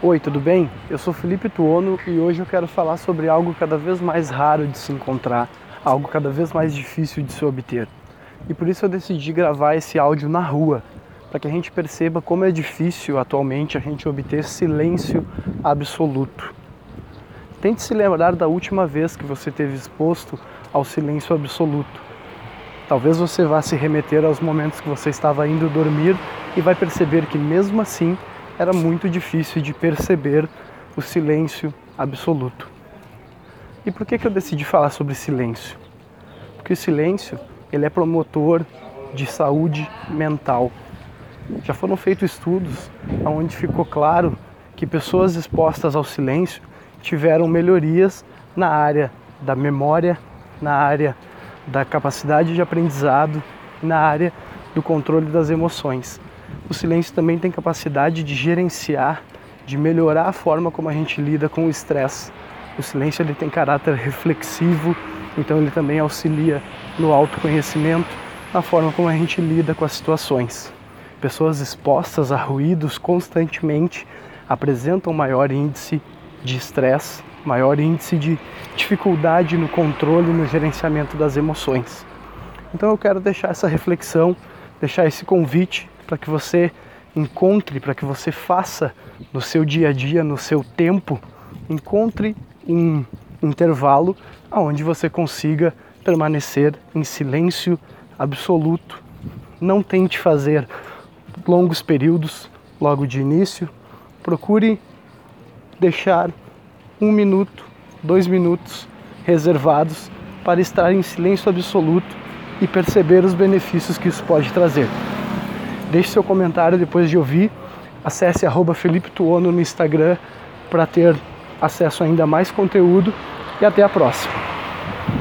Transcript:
Oi, tudo bem? Eu sou Felipe Tuono e hoje eu quero falar sobre algo cada vez mais raro de se encontrar, algo cada vez mais difícil de se obter. E por isso eu decidi gravar esse áudio na rua, para que a gente perceba como é difícil atualmente a gente obter silêncio absoluto. Tente se lembrar da última vez que você esteve exposto ao silêncio absoluto. Talvez você vá se remeter aos momentos que você estava indo dormir e vai perceber que mesmo assim era muito difícil de perceber o silêncio absoluto. E por que eu decidi falar sobre silêncio? Porque o silêncio, ele é promotor de saúde mental. Já foram feitos estudos onde ficou claro que pessoas expostas ao silêncio tiveram melhorias na área da memória, na área da capacidade de aprendizado, na área do controle das emoções. O silêncio também tem capacidade de gerenciar, de melhorar a forma como a gente lida com o estresse. O silêncio ele tem caráter reflexivo, então ele também auxilia no autoconhecimento, na forma como a gente lida com as situações. Pessoas expostas a ruídos constantemente apresentam maior índice de estresse, maior índice de dificuldade no controle e no gerenciamento das emoções. Então eu quero deixar essa reflexão, deixar esse convite para que você encontre, para que você faça no seu dia a dia, no seu tempo, encontre um intervalo onde você consiga permanecer em silêncio absoluto. Não tente fazer longos períodos logo de início. Procure deixar 1 minuto, 2 minutos reservados para estar em silêncio absoluto e perceber os benefícios que isso pode trazer. Deixe seu comentário depois de ouvir. Acesse @Felipe Tuono no Instagram para ter acesso a ainda mais conteúdo. E até a próxima.